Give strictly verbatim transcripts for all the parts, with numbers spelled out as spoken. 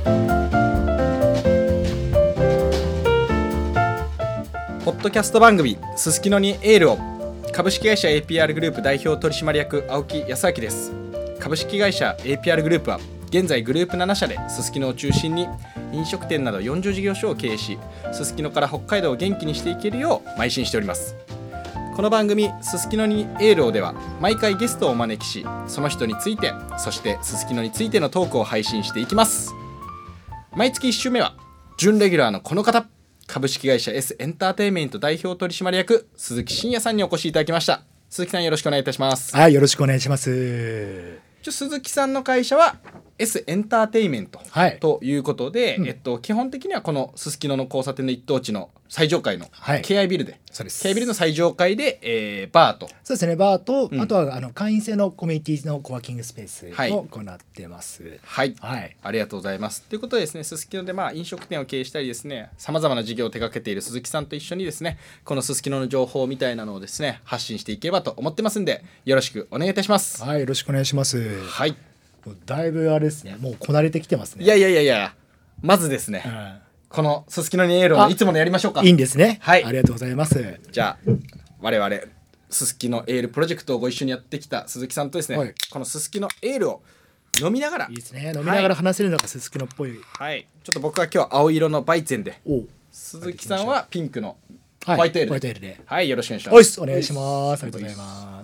ポッドキャスト番組すすきのにエールを。株式会社 エーピーアール グループ代表取締役青木康明です。株式会社 エーピーアール グループは現在グループなな社ですすきのを中心に飲食店などよんじゅう事業所を経営し、すすきのから北海道を元気にしていけるよう邁進しております。この番組すすきのにエールをでは毎回ゲストをお招きし、その人について、そしてすすきのについてのトークを配信していきます。毎月いっ週目は準レギュラーのこの方、株式会社 S エンターテインメント代表取締役鈴木真也さんにお越しいただきました。鈴木さん、よろしくお願いいたします。 はい、よろしくお願いします。 ちょ鈴木さんの会社は S エンターテインメントということで、はいうんえっと、基本的にはこのすすきのの交差点の一等地の最上階の ケーアイ ビルで、 そうです。 ケーアイ ビルの最上階で、えー、バーとそうですね、バーと、うん、あとはあの会員制のコミュニティのコワーキングスペースを行ってます。 はい、はいはい、ありがとうございます。ということでですね、すすきのでまあ飲食店を経営したりですね、さまざまな事業を手掛けている鈴木さんと一緒にですね、このすすきのの情報みたいなのをですね発信していければと思ってますんで、よろしくお願いいたします。 はい、よろしくお願いします。 はい。 だいぶあれですね、もうこなれてきてますね。 いやいやいやいや、まずですね、うん、このすすきのにエールをいつものやりましょうか。 いいんですね。 はい、 ありがとうございます。 じゃあ我々すすきのエールプロジェクトをご一緒にやってきた鈴木さんとですね、はい、このすすきのエールを飲みながら、 いいですね、飲みながら話せるのがすすきのっぽい。 はい、ちょっと僕は今日青色のバイゼンで、鈴木さんはピンクのホワイトエールで、はい、ホワイトエールで、はい、よろしくお願いします。 お願いします。ありがとうございます。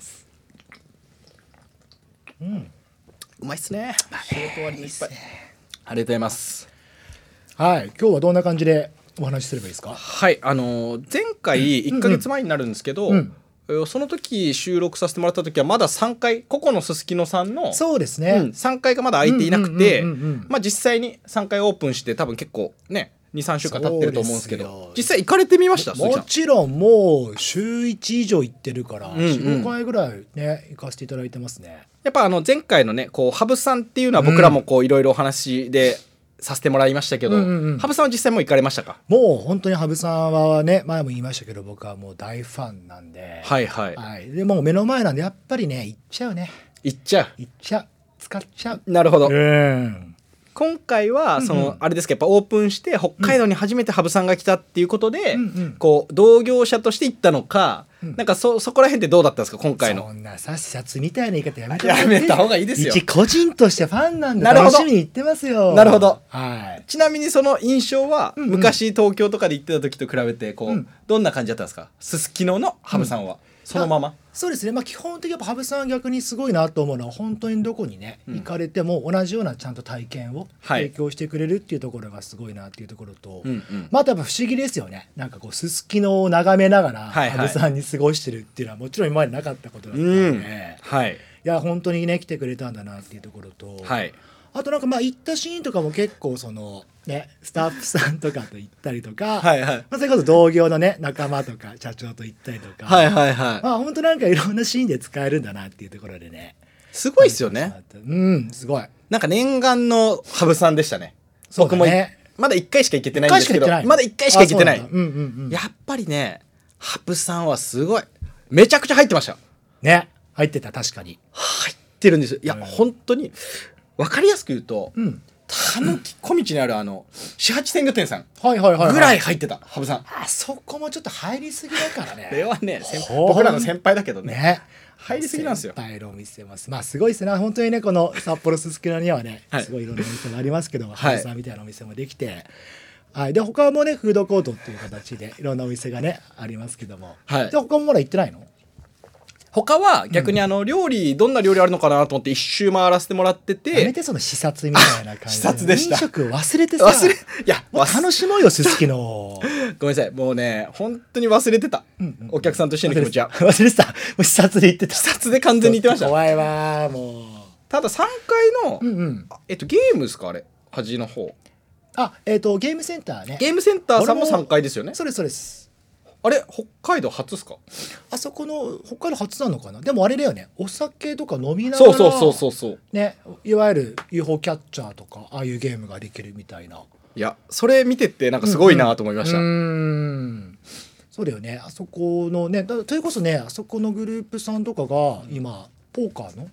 うん、うまいっすね。 仕事終わりいいっすね。 ありがとうございます。 はい、今日はどんな感じでお話しすればいいですか。 はい、あのー、前回いっかげつまえになるんですけど、うんうん、その時収録させてもらった時はまださんかい、個々のすすきのさんのそうですね、 うん、さんかいがまだ空いていなくて、まあ実際にさんかいオープンして多分結構ねにさんしゅうかん経ってると思うんですけど、実際行かれてみました？ もちろんもう週いち以上行ってるから、うんうん、よん、ごかいぐらいね行かせていただいてますね。 やっぱあの前回のねこう羽生さんっていうのは僕らもこういろいろお話でさせてもらいましたけど、うんうんうん、羽生さんは実際もう行かれましたか？ もう本当に羽生さんはね、前も言いましたけど僕はもう大ファンなんで、 はいはい、 はい、でもう目の前なんでやっぱりね行っちゃうね。 行っちゃう行っちゃう使っちゃう。 なるほど。 うん今回はその、うんうん、あれですけどやっぱオープンして北海道に初めて羽生さんが来たっていうことで、うんうん、こう同業者として行ったのか、うん、なんか そ, そこら辺ってどうだったんですか今回の。 そんなさっさつみたいな言い方やめてやめた方がいいですよ。 一個人としてファンなんで楽しみに行ってますよ。 なるほど、 はい、 ちなみにその印象は、うんうん、昔東京とかで行ってた時と比べてこう、うん、どんな感じだったんですかすすきのの羽生さんは、うん、そのまま。 そうですね、まあ、基本的にやっぱ羽生さんは逆にすごいなと思うのは本当にどこにね、うん、行かれても同じようなちゃんと体験を提供してくれるっていうところがすごいなっていうところと、はい、まあ、やっぱ不思議ですよね。なんかこうすすきのを眺めながら羽生さんに過ごしてるっていうのはもちろん今までなかったことだったので、うんはい、いや本当にね来てくれたんだなっていうところと、はい、あとなんかまあ行ったシーンとかも結構そのね、スタッフさんとかと行ったりとかはい、はいまあ、それこそ同業のね仲間とか社長と行ったりとか、はいはいはい、まあ本当なんかいろんなシーンで使えるんだなっていうところでね、 すごいですよね。 うんすごいなんか念願の羽生さんでしたね。 そうだね、僕もまだいっかいしか行けてないんですけど、まだいっかいしか行けてない。うんうんうん、やっぱりね羽生さんはすごいめちゃくちゃ入ってましたね。入ってた、確かに入ってるんですよ。いや、うん、本当に分かりやすく言うと、うんたぬき小道にあるあの四八鮮魚店さんぐらい入ってた羽生さん。 あそこもちょっと入りすぎだからね。 これはね僕らの先輩だけど ね, ね入りすぎなんですよ。 先輩のお店ます。まあすごいですね本当にね。この札幌すすきのにはね、はい、すごいいろんなお店がありますけども、羽生さんみたいなお店もできて、はい、で他もねフードコートっていう形でいろんなお店がねありますけども、はい、で他もまだ行ってないの？ 他は逆にあの料理、うん、どんな料理あるのかなと思って一周回らせてもらってて、 やめてその視察みたいな感じで視察でした。 飲食忘れてさ忘れいやもう楽しもうよすすきのごめんなさいもうね本当に忘れてた、うんうん、お客さんとしての気持ちは忘れてた。もう視察で言ってた。 視察で完全に言ってました。 怖いわもう。 たださんかいの、うんうん、えっとゲームですかあれ端の方あえっ、ー、とゲームセンターね。 ゲームセンターさんもさんかいですよね。 そうですそうです。 あれ北海道初っすか？ あそこの北海道初なのかな。でもあれだよね、お酒とか飲みながらそうそうそうそうそうね、いわゆる ユーフォー キャッチャーとかああいうゲームができるみたいな。 いやそれ見ててなんかすごいなと思いました。 うん、うん、うんそうだよね。あそこのねだそれこそねあそこのグループさんとかが今ポーカーの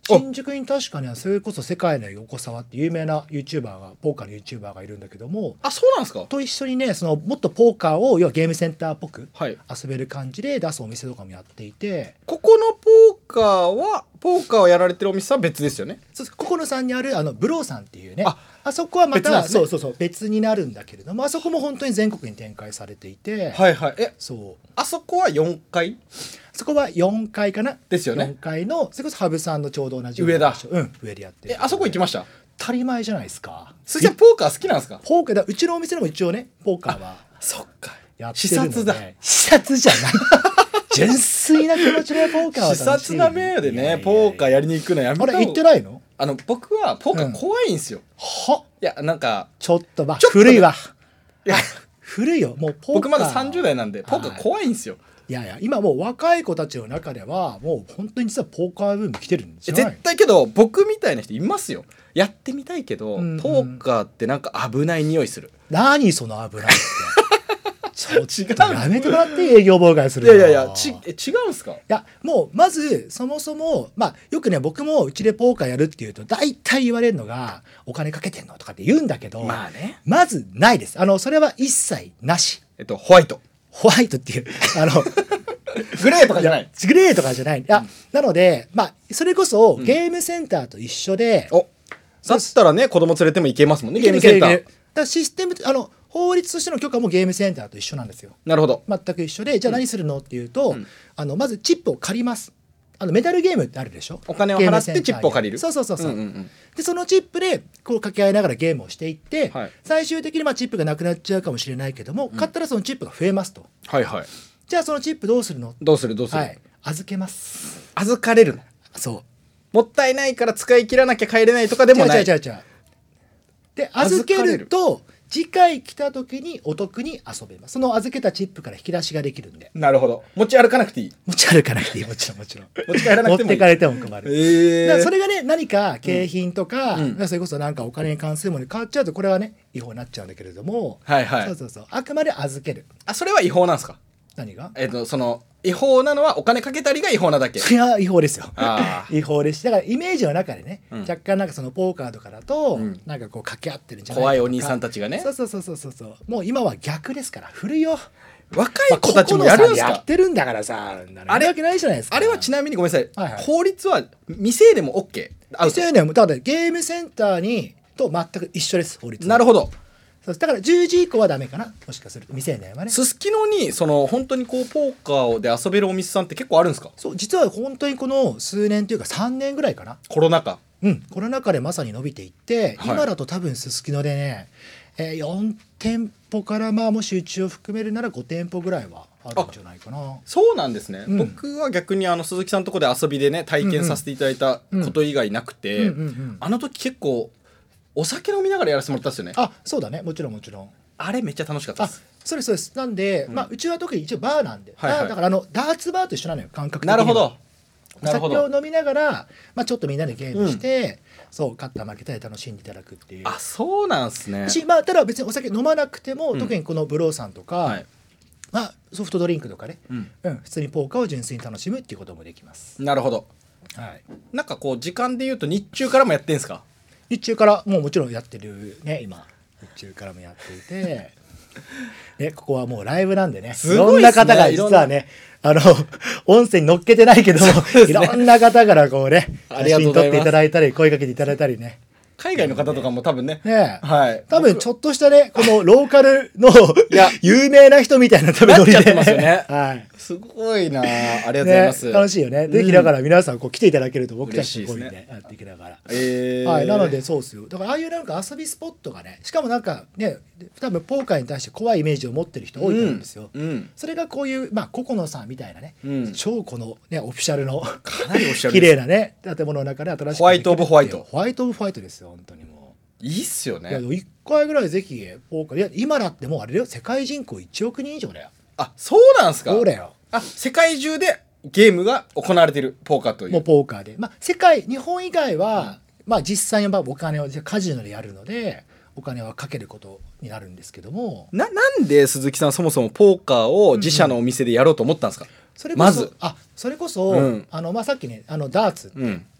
新宿に確かにそれこそ世界の横沢って有名な YouTuber がポーカーの YouTuber がいるんだけども、 あ、そうなんですか。 と一緒にね、そのもっとポーカーを要はゲームセンターっぽくはい遊べる感じで出すお店とかもやっていて、 ここのポーカーはポーカーをやられてるお店は別ですよね。 そうここのさんにあるあのブローさんっていうね、 ああそこはまた、 別なんですねそうそうそう別になるんだけれども、あそこも本当に全国に展開されていて、 はいはい。え、 そうあそこはよんかいそこはよんかいかなですよね。 よんかいのそれこそハブさんのちょうど同じ上だ。 うん上でやってる。 え、あそこ行きました？ 当たり前じゃないですか。 それじゃポーカー好きなんですか？ ポーカーだ、うちのお店でも一応ねポーカーはそっか。 やってるので、 視察だ。 視察じゃない純粋な気持ちでポーカーは楽しい。 視察な名誉でねポーカーやりに行くのやめた方が。 あれ行ってないの？ あの僕はポーカー怖いんですよ、 うん、はいやなんかちょっとまあちょっとね古いわ。 いや古いよもうポーカー。 僕まださんじゅう代なんでポーカー怖いんですよ。 いやいや今もう若い子たちの中ではもう本当に実はポーカーブーム来てるんですよ。 絶対けど僕みたいな人いますよ。やってみたいけど、 うんうん、 ポーカーってなんか危ない匂いする。 何その危ないってちょっ違うとやめてもらって営業妨害するいやいやいやちえ違うんすか。 いやもうまずそもそもまあよくね僕もうちでポーカーやるっていうと大体言われるのがお金かけてんのとかって言うんだけど、 まあね、 まずないです。あのそれは一切なし。 えっとホワイトホワイトっていうあのグレーとかじゃないグレーとかじゃない。いや、うん、なのでまあそれこそゲームセンターと一緒で、うん、 おだったらね子供連れても行けますもんねゲームセンター。 だシステムあの法律としての許可もゲームセンターと一緒なんですよ。 なるほど。 全く一緒で、じゃあ何するのっていうと、うん、あのまずチップを借ります。あのメダルゲームってあるでしょ。 お金を払ってチップを借りる。 そうそうそうそう、 うんうんうん、 でそのチップでこう掛け合いながらゲームをしていって、はい、最終的にまあチップがなくなっちゃうかもしれないけども、うん、買ったらそのチップが増えますと。 はいはい。 じゃあそのチップどうするの？ どうするどうする、はい、 預けます。 預かれるの？ そうもったいないから使い切らなきゃ帰れないとかでもない。 違う違う違う違う。で預けると次回来た時にお得に遊べます。その預けたチップから引き出しができるんで。 なるほど。持ち歩かなくていい。 持ち歩かなくていい。もちろんもちろん。 持ち帰らなくてもいい。 持ってかれても困る。 えー、 だからそれがね何か景品とか、 うん、 それこそなんかお金に関するものに変わっちゃうとこれはね違法になっちゃうんだけれども、 はいはい。 そうそうそう。あくまで預ける。 あそれは違法なんですか？ 何が？ えっとその違法なのはお金かけたりが違法なだけ。 いや違法ですよ。 あ違法です。だからイメージの中でね、うん、若干なんかそのポーカーとかだと、うん、なんかこう掛け合ってるんじゃないか怖いお兄さんたちがね。 そうそうそうそうそうもう今は逆ですから古いよ。 若い子たちもやるんですか？ やってるんだからさあれわけないじゃないですか。 あれはちなみにごめんなさい、 はいはい、 法律は未成年も OK？ 未成年もだからゲームセンターにと全く一緒です法律は。 なるほど。 だからじゅうじ以降はダメかなもしかすると未成年はね。 すすきのにその本当にこうポーカーで遊べるお店さんって結構あるんですか？ そう実は本当にこの数年というかさんねんぐらいかな。 コロナ禍。 うんコロナ禍でまさに伸びていって、はい、今だと多分すすきのでね、えー、よんてんぽからまあもしうちを含めるならごてんぽぐらいはあるんじゃないかな。 そうなんですね、 うん、 僕は逆にあの鈴木さんのとこで遊びでね体験させていただいたこと以外なくて、あの時結構お酒飲みながらやらせてもらったんですよね。 あそうだねもちろんもちろん。 あれめっちゃ楽しかったです。 あそうですそうです。なんで、うんまあ、うちは特に一応バーなんで、 はいはい、 だからあのダーツバーと一緒なのよ感覚的に。 なるほど。 お酒を飲みながら、まあ、ちょっとみんなでゲームして、うん、そう勝った負けたで楽しんでいただくっていう。 あそうなんですね。 し、まあ、ただ別にお酒飲まなくても、うん、特にこのブローさんとか、はいまあ、ソフトドリンクとかね、うんうん、普通にポーカーを純粋に楽しむっていうこともできます。 なるほど、 はい、 なんかこう時間でいうと日中からもやってんですか？ 日中からもうもちろんやってるね今日中からもやっていてね、ここはもうライブなんでねすごいですね、 いろんな方が実はねあの音声に乗っけてないけども、ね、いろんな方からこうね写真撮っていただいたり声かけていただいたりね海外の方とかも多分ね、 ねはい、 多分ちょっとしたねこのローカルのいや有名な人みたいな多分ノリでなっちゃってますよね、 はい、 すごいなありがとうございます、 ね、楽しいよね、うん、ぜひだから皆さんこう来ていただけると僕たちの声で、ね、やっていきながら、 えーはい、なのでそうですよ。だからああいうなんか遊びスポットがねしかもなんかね多分ポーカーに対して怖いイメージを持ってる人多いと思うんですよ、 うんうん、 それがこういうまあココノさんみたいなね、うん、超このねオフィシャルのかなりオフィシャル綺麗なね建物の中で新しくホワイトオブホワイトホワイトオブホワイトですよ本当にもういいっすよね。 いやいっかいぐらいぜひポーカーいや今だってもうあれだよ世界人口いちおくにん以上だよ。 あそうなんすか。 そうだよ。 あ世界中でゲームが行われているポーカーというもうポーカーでまあ世界日本以外は、うん、まあ実際にお金をカジノでやるのでお金はかけることになるんですけどもななんで鈴木さんそもそもポーカーを自社のお店でやろうと思ったんですか、うんうん、 それこそまずあそれこそ、うん、あのまあ、さっきねあのダーツって、うんね、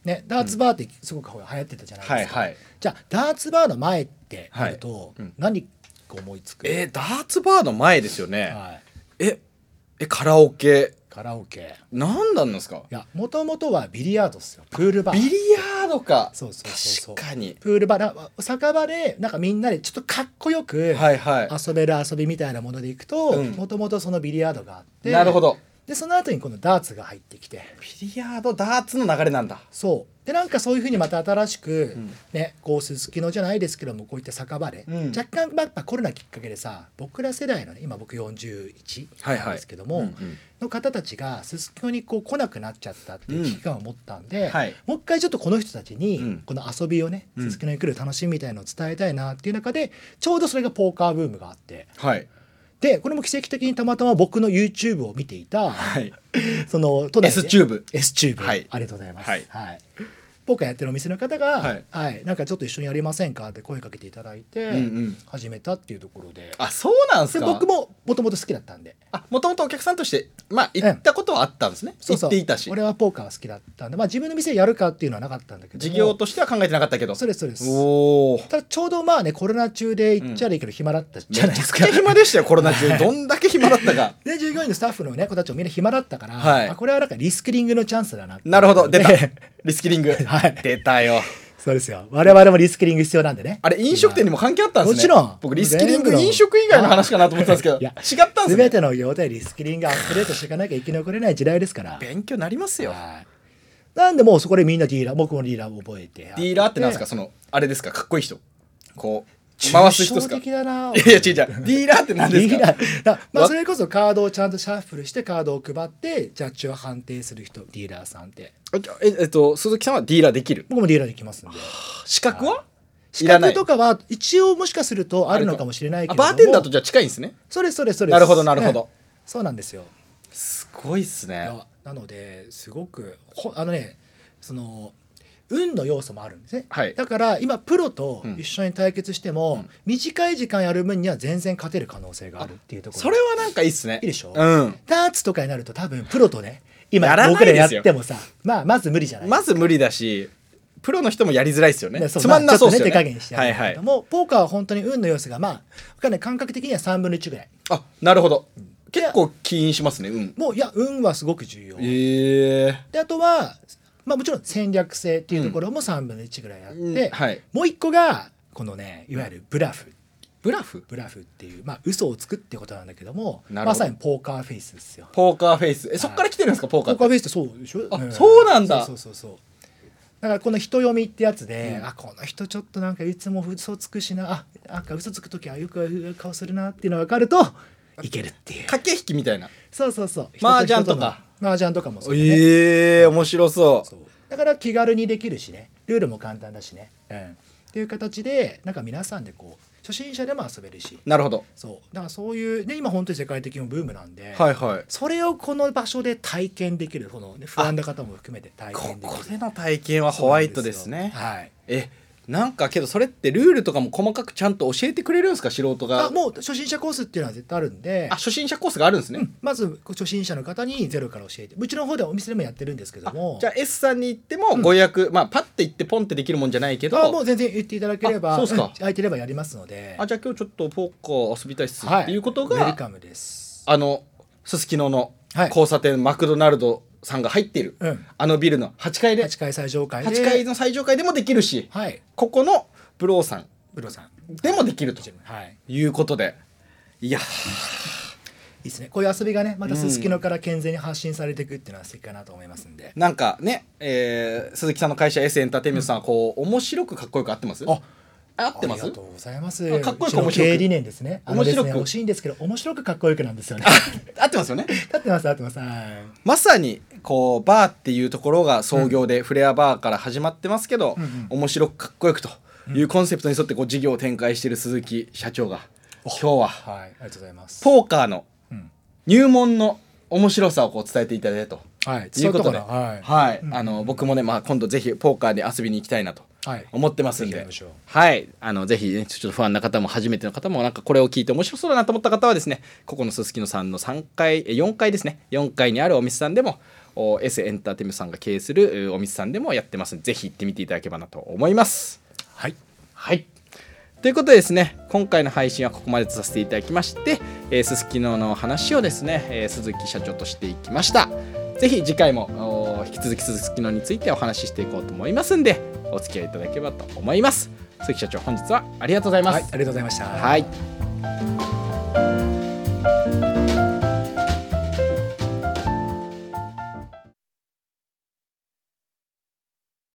ね、ダーツバーってすごく流行ってたじゃないですか、 はいはい、 じゃあダーツバーの前ってなると、はいうん、何か思いつく？ えー、ダーツバーの前ですよね、 はい、 ええカラオケカラオケ何なんですか？ いやもともとはビリヤードですよ。プールバー。 ビリヤードか。 そうそうそうそう。 確かにプールバー酒場でなんかみんなでちょっとかっこよく遊べる遊びみたいなものでいくともともとそのビリヤードがあって、 なるほど。 でその後にこのダーツが入ってきて、 ビリヤードダーツの流れなんだ。 そうでなんかそういうふうにまた新しく、うん、ねこうすすきのじゃないですけどもこういった酒場で、うん、若干、まあ、コロナきっかけでさ僕ら世代のね今僕よんじゅういちなんですけども、はいはいうんうん、の方たちがすすきのにこう来なくなっちゃったっていう危機感を持ったんで、うんはい、もう一回ちょっとこの人たちに、うん、この遊びをねすすきのに来る楽しみみたいなのを伝えたいなっていう中でちょうどそれがポーカーブームがあって。はいでこれも奇跡的にたまたま僕の YouTube を見ていた、はい、その都内で S チューブ S チューブ、はい、ありがとうございます、はいはい、ポーカーやってるお店の方が、はいはい、なんかちょっと一緒にやりませんかって声かけていただいて、うんうん、始めたっていうところで。 あそうなんですか。 で僕ももともと好きだったんでもともとお客さんとしてまあ行ったことはあったんですね、うん、そうそう行っていたし俺はポーカーは好きだったんで、まあ、自分の店やるかっていうのはなかったんだけど事業としては考えてなかったけどそうですそうです。おただちょうどまあねコロナ中で行っちゃいいけど暇だったじゃないですか、 うん、めちゃくちゃ暇でしたよコロナ中どんだけ暇だったかで従業員のスタッフの、ね、子たちもみんな暇だったから、はい、あこれはなんかリスキリングのチャンスだなって。 なるほど出たリスキリング、はい、出たよ。 そうですよ我々もリスキリング必要なんでね。 あれ飲食店にも関係あったんですね。 もちろん僕リスキリング飲食以外の話かなと思ってたんですけどいや違ったんですね。 全ての業態リスキリングアップデートしていかなきゃ生き残れない時代ですから勉強になりますよ。 なんでもうそこでみんなディーラー僕もディーラーを覚えて。 ディーラーってなんですか？そのあれですかかっこいい人こう回す人ですか？ 抽象的だな。 いやいや違う違うディーラーって何ですか？ディーラーだ、まあ、それこそカードをちゃんとシャッフルしてカードを配ってジャッジを判定する人ディーラーさんって。 ええっと鈴木さんはディーラーできる？ 僕もディーラーできますんで。 資格は？ 資格とかは一応もしかするとあるのかもしれないけども。 バーテンダーとじゃあ近いんですね。 そうですそうですそうです。 なるほどなるほど、ね、 そうなんですよ。 すごいっすね。 なのですごくあのねその運の要素もあるんですね、はい、だから今プロと一緒に対決しても、うん、短い時間やる分には全然勝てる可能性があるっていうところ。 それはなんかいいっすね。 いいでしょ、 うん、 ダーツとかになると多分プロとね今僕らやってもさまあまず無理じゃない。 まず無理だしプロの人もやりづらいですよね。つまんなそうですよね。 手加減してやるけども、はいはい、ポーカーは本当に運の要素がまあわかんない感覚的にはさんぶんのいちぐらい。 あなるほど、うん、結構起因しますね。運もういや運はすごく重要、 えー、 であとはまあ、もちろん戦略性っていうところもさんぶんのいちぐらいあって、うんはい、もういっこがこのねいわゆるブラフブラフブラフっていうまあ嘘をつくってことなんだけどもまさにポーカーフェイスですよ。 ポーカーフェイスえそっから来てるんですか？ポーカーポーカーフェイスってそうでしょ。 あ、うん、そうなんだ。 そうそうそうそうだからこの人読みってやつで、うん、あこの人ちょっとなんかいつも嘘つくしなあなんか嘘つくときはよく顔するなっていうのが分かるといけるっていう駆け引きみたいな。 そうそうそう麻雀とか麻雀とかもそうね。 ええー、面白そう。 そうだから気軽にできるしねルールも簡単だしね、うん、っていう形でなんか皆さんでこう初心者でも遊べるし。 なるほど。 そうだからそういうね今本当に世界的にもブームなんで、 はいはい、 それをこの場所で体験できるこの、ね、不安な方も含めて体験できる。 ここでの体験はホワイトですね。 はい、 えなんかけどそれってルールとかも細かくちゃんと教えてくれるんですか？素人が。 あもう初心者コースっていうのは絶対あるんで。 あ初心者コースがあるんですね、 うん、まず初心者の方にゼロから教えてうちの方ではお店でもやってるんですけども。 じゃあ S さんに行ってもご予約、うん、まあパッて行ってポンってできるもんじゃないけどあもう全然言っていただければそうですか、うん、 空いてればやりますので。 あじゃあ今日ちょっとポーカー遊びたいっすっていうことが、はい、 ウェルカムです。 あのすすきのの交差点、はい、マクドナルドさんが入っている、うん、あのビルのはちかいではちかい最上階ではちかいの最上階でもできるし、 はい、 ここのブローさんブローさんでもできると、 はい、 いうことでいやいいですね。こういう遊びがねまたすすきのから健全に発信されていくっていうのは素敵かなと思いますんで、 なんかね、えー、鈴木さんの会社 S エンターテインメントさんはこう、うん、面白くかっこよく合ってます？あ合ってます？ ありがとうございます。 かっこよく面白くうちの経営理念ですね。面白く、ね、惜しいんですけど面白くかっこよくなんですよね。 合ってますよね。 合ってます合ってます。 まさにこうバーっていうところが創業で、うん、フレアバーから始まってますけど、うんうん、面白くかっこよくというコンセプトに沿ってこう事業を展開している鈴木社長が今日は、 はい、ありがとうございます。 ポーカーの入門の面白さをこう伝えていただいたと、 はい、 いうことで、 はいはい、あの僕もね、まあ、今度ぜひポーカーに遊びに行きたいなと思ってますんで、はい、はい、あのぜひ、ね、ちょっと不安な方も初めての方もなんかこれを聞いて面白そうだなと思った方はですねここのすすきのさんのさんかいよんかいですねよんかいにあるお店さんでもエセエンターテイメントさんが経営するお店さんでもやってますので、ぜひ行ってみていただければなと思います。 はい、 はい、ということでですね、今回の配信はここまでとさせていただきまして、えー、すすきのの話をですね、えー、鈴木社長としていきました。ぜひ次回も引き続きすすきのについてお話ししていこうと思いますんで、お付き合いいただければと思います。鈴木社長、本日はありがとうございます。 はい、ありがとうございました。 はい。